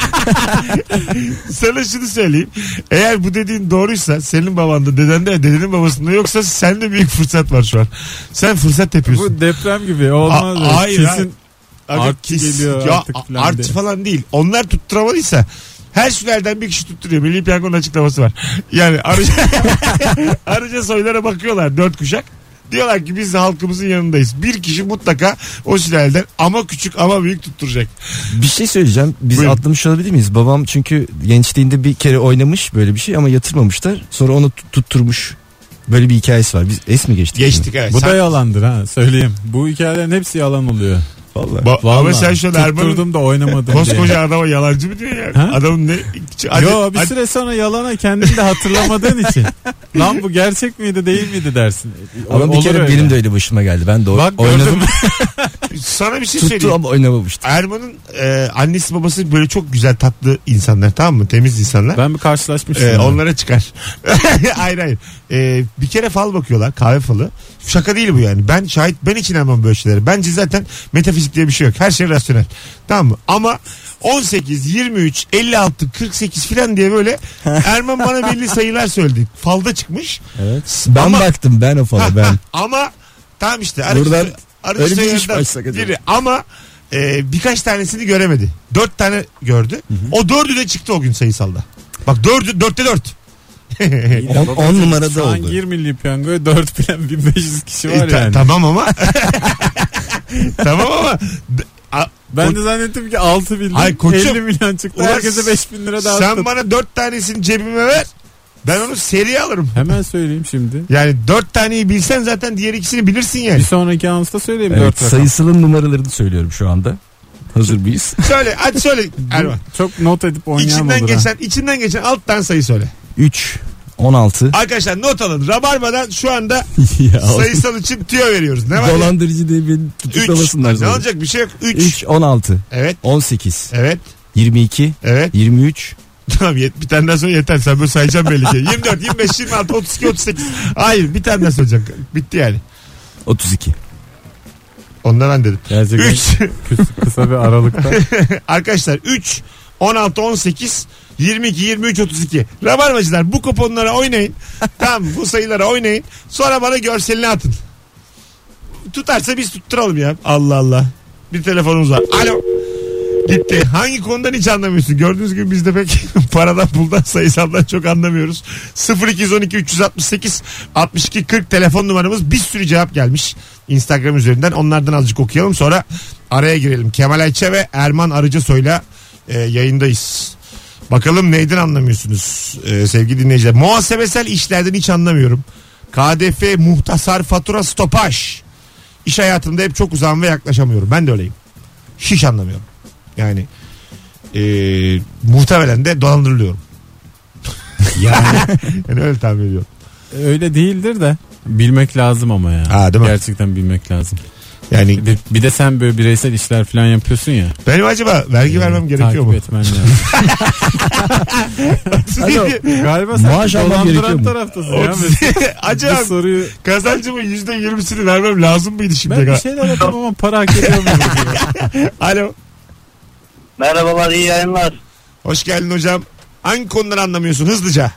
Sana şunu söyleyeyim. Eğer bu dediğin doğruysa, senin babanda, dedende, dedenin babasında yoksa sende büyük fırsat var şu an. Sen fırsat yapıyorsun. Bu deprem gibi olmaz. A- hayır, Kesin hayır. Aga, artçı kes- geliyor ya, artık falan artçı diye. falan değil. Onlar tutturamadıysa her sülalden bir kişi tutturuyor. Milli Piyango'nun açıklaması var. Yani arıca, arıca soylara bakıyorlar, dört kuşak. Diyorlar ki biz halkımızın yanındayız. Bir kişi mutlaka o sülalden ama küçük ama büyük tutturacak. Bir şey söyleyeceğim. Biz Buyurun. atlamış olabilir miyiz? Babam çünkü gençliğinde bir kere oynamış böyle bir şey ama yatırmamışlar. Sonra onu tut- tutturmuş. Böyle bir hikayesi var. Biz es mi geçtik? Geçtik evet. Bu Sen- da yalandır ha, söyleyeyim. Bu hikayelerin hepsi yalan oluyor. Vallahi. Ba- Vallahi. ama sen şu an Erman'ın Tutturdum da oynamadım diye. koskoca adama yalancı mı diyor yani? Ha? Adamın ne? Hadi, Yo, bir hadi- süre sonra yalana kendini de hatırlamadığın için. Lan bu gerçek miydi değil miydi dersin. O- Ama bir olur kere öyle. benim de öyle başıma geldi. Ben de o- Bak, oynadım. gördün mü? Sana bir şey Tuttu söyleyeyim. ama oynamamıştım. Erman'ın e, annesi babası böyle çok güzel tatlı insanlar, tamam mı? Temiz insanlar. Ben bir karşılaşmıştım. E, ya. onlara çıkar. hayır hayır. E, bir kere fal bakıyorlar, kahve falı. Şaka değil bu yani. Ben şahit, ben hiç inanmam böyle şeylere. Bence zaten metafizik diye bir şey yok. Her şey rasyonel. Tamam mı? Ama on sekiz, yirmi üç, elli altı, kırk sekiz filan diye böyle Erman bana belli sayılar söyledi. Falda çıkmış. Evet. Ben Ama- baktım ben o falan ben. Ama tamam işte. Buradan aracı öyle bir iş sayılardan başlasak acaba? biri. Ama e, birkaç tanesini göremedi. Dört tane gördü. O dördü de çıktı o gün sayısalda. Bak dördü, dörtte dört. İyi de On- babacığım, on numarada şu an oldu. gir milli piyangoya dört bilen bin beş yüz kişi E, var ta- yani. Tamam ama. tamam ama. d- a- Ben o- de zannettim ki altı bildim. Ay koçum. elli milyon çıktı. Ulan Herkese beş bin lira dağıttım. Sen bana dört tanesini cebime ver. Ben onu seri alırım. Hemen söyleyeyim şimdi. Yani dört taneyi bilsen zaten diğer ikisini bilirsin yani. Bir sonraki anonsta söyleyeyim Evet, dört rakam. sayısının numaralarını söylüyorum şu anda. Hazır mıyız? Söyle hadi söyle Erman. Çok not edip oynayan İçinden olur ha. geçen, içinden geçen alt tane sayı söyle. üç, on altı. Arkadaşlar not alın. Rabarba'dan şu anda Ya, sayısal için tüyo veriyoruz. Ne var? dolandırıcı diye beni üç. tutuklamasınlar Ne sonra. olacak, bir şey yok. üç. üç, on altı, Evet. on sekiz, Evet. yirmi iki, Evet. yirmi üç, Tamam yet, bir tane daha sonra yeter. Sen böyle sayacaksın belli ki. yirmi dört, yirmi beş, yirmi altı, otuz iki, otuz sekiz. Hayır bir tane daha söyleyeceğim. Bitti yani. otuz iki. Onu da ben dedim. Gerçekten üç. kıs- kısa bir aralıkta. Arkadaşlar üç, on altı, on sekiz, yirmi iki, yirmi üç, otuz iki. Rabarbacılar bu kuponlara oynayın. Tamam bu sayılara oynayın. Sonra bana görselini atın. Tutarsa biz tutturalım ya. Allah Allah. Bir telefonumuz var. Alo. Gitti. Hangi konudan hiç anlamıyorsun? Gördüğünüz gibi biz de pek paradan puldan sayısaldan çok anlamıyoruz. sıfır iki on iki üç altı sekiz altmış iki kırk telefon numaramız. Bir sürü cevap gelmiş Instagram üzerinden. Onlardan azıcık okuyalım sonra araya girelim. Kemal Ayça ve Erman Arıcasoy'la e, yayındayız. Bakalım neyden anlamıyorsunuz e, sevgili dinleyiciler. Muhasebesel işlerden hiç anlamıyorum. K D F, muhtasar, fatura, stopaj. İş hayatımda hep çok uzağım ve yaklaşamıyorum. Ben de öyleyim. Hiç anlamıyorum. Yani e, muhtemelen de dolandırılıyorum. yani, yani öyle tahmin ediyorum. Öyle değildir de bilmek lazım ama ya. Ha, değil mi? Gerçekten bilmek lazım. Yani Bir, bir de sen böyle bireysel işler falan yapıyorsun ya. benim acaba vergi vermem gerekiyor Takip mu? etmen lazım. Galiba sen Maaş almam gerekiyor dolandıran mu? taraftasın ya. Mesela Acaba bu soruyu kazancımın yüzde yirmisini vermem lazım mıydı şimdi? ben bir şeyler yapıyorum ama para hak ediyor muyum? Alo. Merhabalar, iyi yayınlar. Hoş geldin hocam. Hangi konuları anlamıyorsun hızlıca?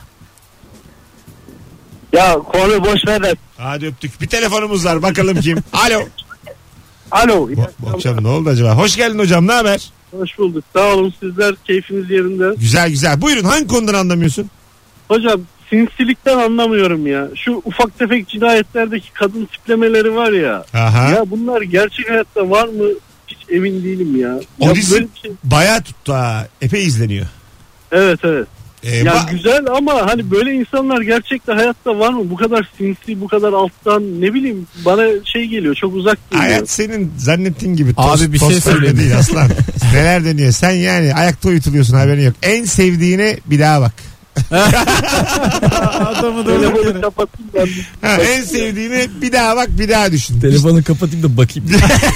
Ya konu boş ver de. Hadi öptük. Bir telefonumuz var bakalım kim? Alo. Alo. Bu, bu akşam ne oldu acaba? Hoş geldin hocam, ne haber? Hoş bulduk. Sağ olun, sizler keyfiniz yerinde. Güzel güzel. Buyurun, hangi konudan anlamıyorsun? Hocam sinsilikten anlamıyorum ya. Şu ufak tefek cinayetlerdeki kadın tiplemeleri var ya. Aha. Ya bunlar gerçek hayatta var mı? Hiç emin değilim ya. O ya dizi böyle bir şey... bayağı tuttu ha. Epey izleniyor. Evet evet. Ee, Ya ba- güzel ama hani böyle insanlar gerçekten hayatta var mı? Bu kadar sinsi, bu kadar alttan, ne bileyim, bana şey geliyor, çok uzak geliyor. Hayat senin zannettiğin gibi toz, Abi bir şey toz pembe söyleyeyim. değil aslan. Neler deniyor. Sen yani ayakta uyutuluyorsun, haberin yok. En sevdiğine bir daha bak. Adamı da Telefonu öyle. kapatayım ben. Ha, en sevdiğine bir daha bak, bir daha düşün. Telefonu kapatayım da bakayım.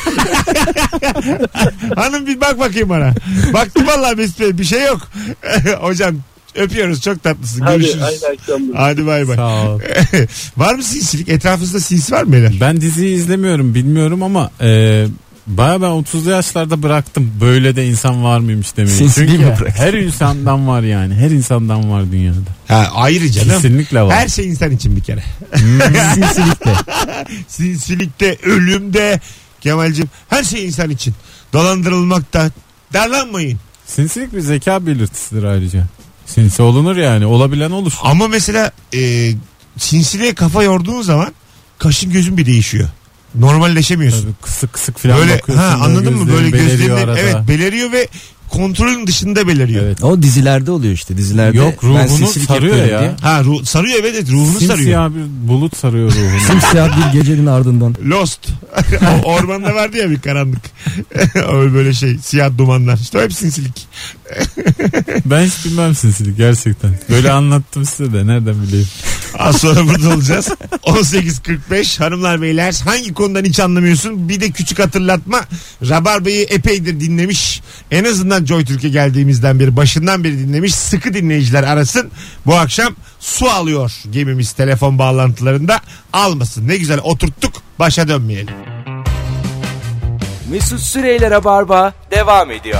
Hanım bir bak bakayım bana. Baktım vallahi Mesut Bey, bir şey yok. Hocam öpüyoruz, çok tatlısın. Hadi, Görüşürüz. aynı akşamlar. Hadi bay bay. Sağ ol. Var mı sinsilik? Etrafınızda sinsi var mı beyler? Ben diziyi izlemiyorum, bilmiyorum ama e, baya ben otuzlu yaşlarda bıraktım. Böyle de insan var mıymış demeyi. Sinsiliği Çünkü mi bıraktın? her insandan var yani. Her insandan var dünyada. Ha, ayrı canım. Kesinlikle var. Her şey insan için bir kere. Sinsilikte. Sinsilikte, ölümde, Kemal'cim her şey insan için. Dolandırılmakta. Darlanmayın. Sinsilik bir zeka belirtisidir ayrıca. Sinsi olunur yani. Olabilen olur. Ama mesela e, sinsiliğe kafa yorduğun zaman kaşın gözün bir değişiyor. Normalleşemiyorsun. Tabii kısık kısık falan Böyle bakıyorsun. ha, anladın mı? Böyle gözlerin beleriyor gözlerin arada. evet beleriyor ve kontrolün dışında beleriyor. Evet. O dizilerde oluyor işte, dizilerde. Yok, ben ruhunu sinsilik sarıyor yapıyorum ya. diye. Ha ruh, sarıyor evet, evet ruhunu sarıyor. Simsiyah bir bulut sarıyor ruhunu. Simsiyah bir gecenin ardından. Lost. O ormanda vardı ya bir karanlık. Öyle böyle şey, siyah dumanlar. İşte o hep sinsilik. Ben hiç bilmem sinsilik gerçekten. Böyle anlattım size de nereden bileyim. Az sonra burada olacağız. on sekiz kırk beş hanımlar beyler, hangi konudan hiç anlamıyorsun? Bir de küçük hatırlatma. Rabarba'yı epeydir dinlemiş. En azından Joy Türkiye geldiğimizden beri, başından beri dinlemiş sıkı dinleyiciler arasın. Bu akşam su alıyor gemimiz telefon bağlantılarında. Almasın. Ne güzel oturttuk, başa dönmeyelim. Mesut Süreyler'e barba devam ediyor.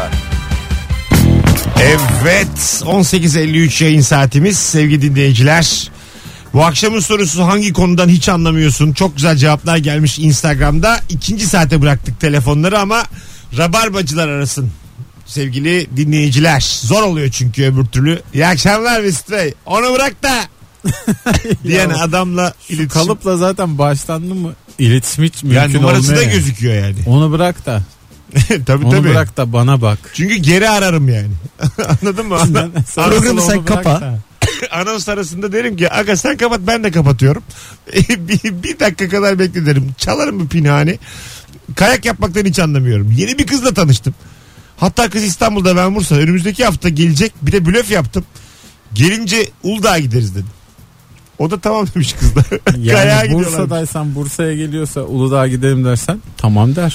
Evet, on sekiz elli üç yayın saatimiz sevgili dinleyiciler. Bu akşamın sorusu, hangi konudan hiç anlamıyorsun? Çok güzel cevaplar gelmiş Instagram'da. İkinci saate bıraktık telefonları ama Rabarbacılar arasın sevgili dinleyiciler. Zor oluyor çünkü öbür türlü. İyi akşamlar Mesut Bey. Onu bırak da diyen adamla iletişim. Kalıpla zaten başlandı mı iletişim hiç mümkün Yani numarası olmuyor da yani. gözüküyor yani. Onu bırak da. tabii Onu tabii. bırak da bana bak. Çünkü geri ararım yani. Anladın mı? Programı sen Onu bırak kapa. da. Anons arasında derim ki aga sen kapat, ben de kapatıyorum. bir, bir dakika kadar bekle derim. Çalarım bu pinhani. Kayak yapmaktan hiç anlamıyorum. Yeni bir kızla tanıştım. Hatta kız İstanbul'da, ben Bursa. Önümüzdeki hafta gelecek. Bir de blöf yaptım. Gelince Uludağ'a gideriz dedim. O da tamam demiş kızlar. Kayağa Yani gidiyorlarmış. Bursa'daysan, Bursa'ya geliyorsa Uludağ'a gidelim dersen tamam der.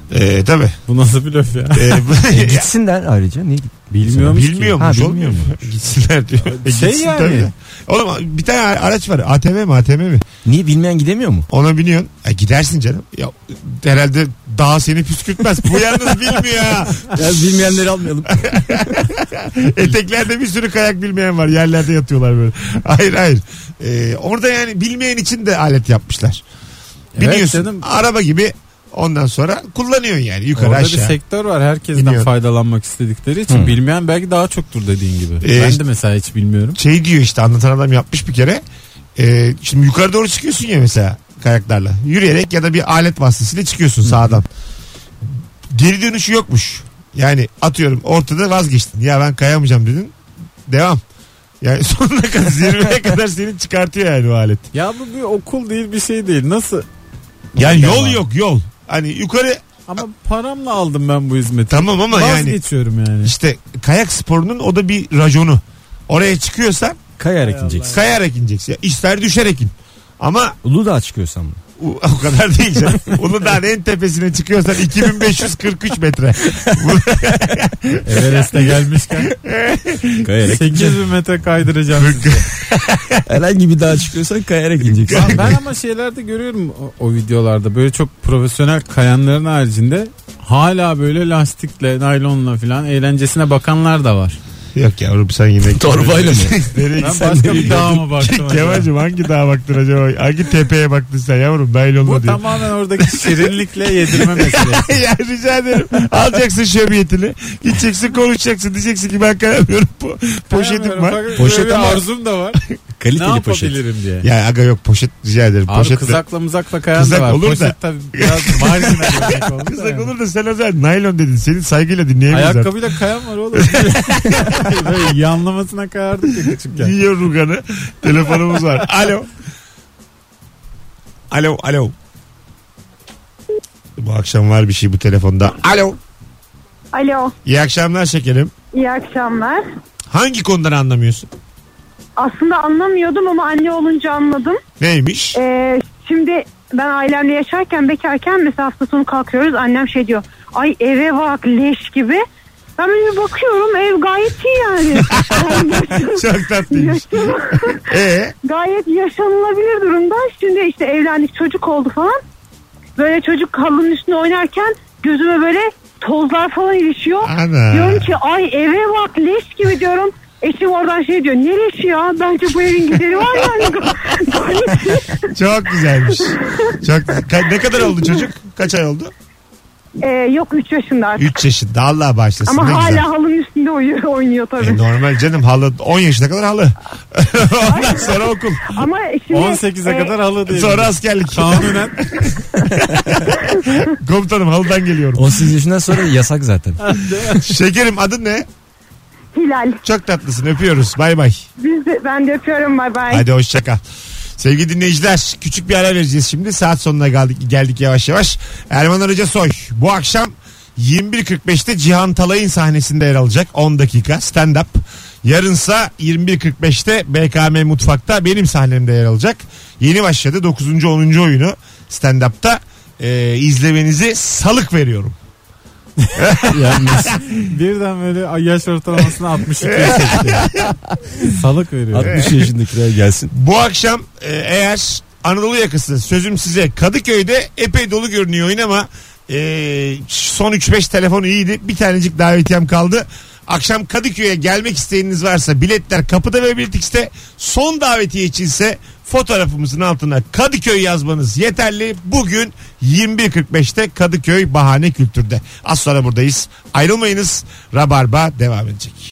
Ee, tabii. Bu nasıl bir laf ya? Ee, E, gitsinler ayrıca. Niye git? Bilmiyormuş ki. Bilmiyormuş Ha, olmuyor mu? Gitsinler diyor. E, Şey gitsin yani. tabii. Oğlum bir tane araç var. A T V mi A T M mi? Niye bilmeyen gidemiyor mu? Ona biniyorsun. E, gidersin canım. Ya, herhalde daha seni püskürtmez. Bu yalnız bilmiyor ha. Ya bilmeyenleri almayalım. Eteklerde bir sürü kayak bilmeyen var. Yerlerde yatıyorlar böyle. Hayır hayır. Ee, orada yani bilmeyen için de alet yapmışlar. Evet Biniyorsun. canım. Araba gibi ondan sonra kullanıyorsun yani yukarı Orada aşağı. bir sektör var. Herkesten Biliyorum. faydalanmak istedikleri için. Hı. Bilmeyen belki daha çoktur dediğin gibi. Ee, ben de mesela hiç bilmiyorum. Şey diyor işte anlatan adam yapmış bir kere. Ee, şimdi yukarı doğru çıkıyorsun ya mesela kayaklarla. Yürüyerek ya da bir alet vasıtasıyla çıkıyorsun sağdan. Geri dönüşü yokmuş. Yani atıyorum ortada vazgeçtin. Ya ben kayamayacağım dedin. Devam. Yani sonuna kadar zirveye kadar seni çıkartıyor yani o alet. Ya bu bir okul değil bir şey değil. Nasıl? Yani yol Devam. yok yol. Hani yukarı Ama paramla aldım ben bu hizmeti. tamam ama yani Vazgeçiyorum yani. işte kayak sporunun o da bir raconu. Oraya çıkıyorsan Kayarak ineceksin. kayarak ineceksin. Ya ister düşerek in. Ama Uludağ çıkıyorsan mı? o, o kadar değil canım. Uludağ'ın en tepesine çıkıyorsan iki bin beş yüz kırk üç metre. Everest'e gelmişken Kayarak sekiz bin metre kaydıracağım sizi. Herhangi bir dağa çıkıyorsan kayarak ineceksin. Ben, ben ama şeylerde görüyorum o, o videolarda böyle çok profesyonel kayanların haricinde hala böyle lastikle, naylonla falan eğlencesine bakanlar da var. Yok yavrum sen yine Torbayla mı? Nereye Ben gitsen başka bir dağa mı baktım? acaba? Kemal'cim hangi dağa baktın acaba? Hangi tepeye baktın sen yavrum? Naylonla Bu diye. tamamen oradaki şirinlikle yedirme meselesi. Ya rica ederim. Alacaksın şöbiyetini. Gideceksin konuşacaksın. Diyeceksin ki ben kayamıyorum. Po- poşetim var. Poşet Poşet bir ama- arzum da var. ne Kaliteli poşet. yapabilirim diye. Ya aga yok poşet rica ederim. Abi Poşet de- kızakla mızakla kayan Kızak da var. olur da- Poşet tabii biraz marjinal örnek oldu da Kızak yani. olur da sen özel naylon dedin. Seni saygıyla dinleyemeyiz artık. Ayakkabıyla kayan var oğlum. Böyle yanlamasına kayardık ya küçükken. Yiyor ruganı. Telefonumuz var. Alo. Alo alo. Bu akşam var bir şey bu telefonda. Alo. Alo, İyi akşamlar şekerim. iyi akşamlar. Hangi konudan anlamıyorsun? Aslında anlamıyordum ama anne olunca anladım. Neymiş? Ee, şimdi ben ailemle yaşarken bekarken mesela hafta sonu kalkıyoruz. Annem şey diyor. Ay eve bak leş gibi. Ben böyle bir bakıyorum ev gayet iyi yani. Yani Çok tatlıymış. yaşan- Ee, gayet yaşanılabilir durumda. Şimdi işte evlendik çocuk oldu falan. Böyle çocuk halının üstünde oynarken gözüme böyle tozlar falan ilişiyor. Ana. Diyorum ki ay eve bak leş gibi diyorum. Eşim oradan şey diyor ne leşi ya bence bu evin gideri var yani. Gayet iyi. çok güzelmiş. Çok Ka- ne kadar oldu çocuk? Kaç ay oldu? Ee, yok üç yaşında artık. üç yaşında. Allah bağışlasın. Ama ne hala güzel. halının üstünde oynuyor, oynuyor tabii. E, normal canım halı on yaşına kadar halı. Ondan sonra okul. Ama şimdi on sekize e, kadar halı değil. Sonra askerlik. Kanunen. Komutanım halıdan geliyorum. on sekiz yaşından sonra yasak zaten. Şekerim adın ne? Hilal. Çok tatlısın öpüyoruz. Bay bay. Biz de, ben de öpüyorum bay bay. Hadi hoşça kal. Sevgili dinleyiciler küçük bir ara vereceğiz şimdi. Saat sonuna geldik, geldik yavaş yavaş. Erman Arıca Soy bu akşam yirmi bir kırk beşte Cihan Talay'ın sahnesinde yer alacak. on dakika stand up. Yarınsa yirmi bir kırk beşte B K M Mutfak'ta benim sahnemde yer alacak. Yeni başladı dokuzuncu onuncu oyunu stand up'ta. Ee, izlemenizi salık veriyorum. Yalnız birden böyle yaş ortalamasına altmış ikiye çekti. Salık veriyor. altmış yaşındakiler gelsin. Bu akşam e, eğer Anadolu yakası sözüm size Kadıköy'de epey dolu görünüyor oyun ama e, son üç beş telefon iyiydi. Bir tanecik davetiyem kaldı. Akşam Kadıköy'e gelmek isteğiniz varsa biletler kapıda ve Biletix'te. Son davetiye içinse fotoğrafımızın altına Kadıköy yazmanız yeterli. Bugün yirmi bir kırk beşte Kadıköy Bahane Kültür'de. Az sonra buradayız. Ayrılmayınız. Rabarba devam edecek.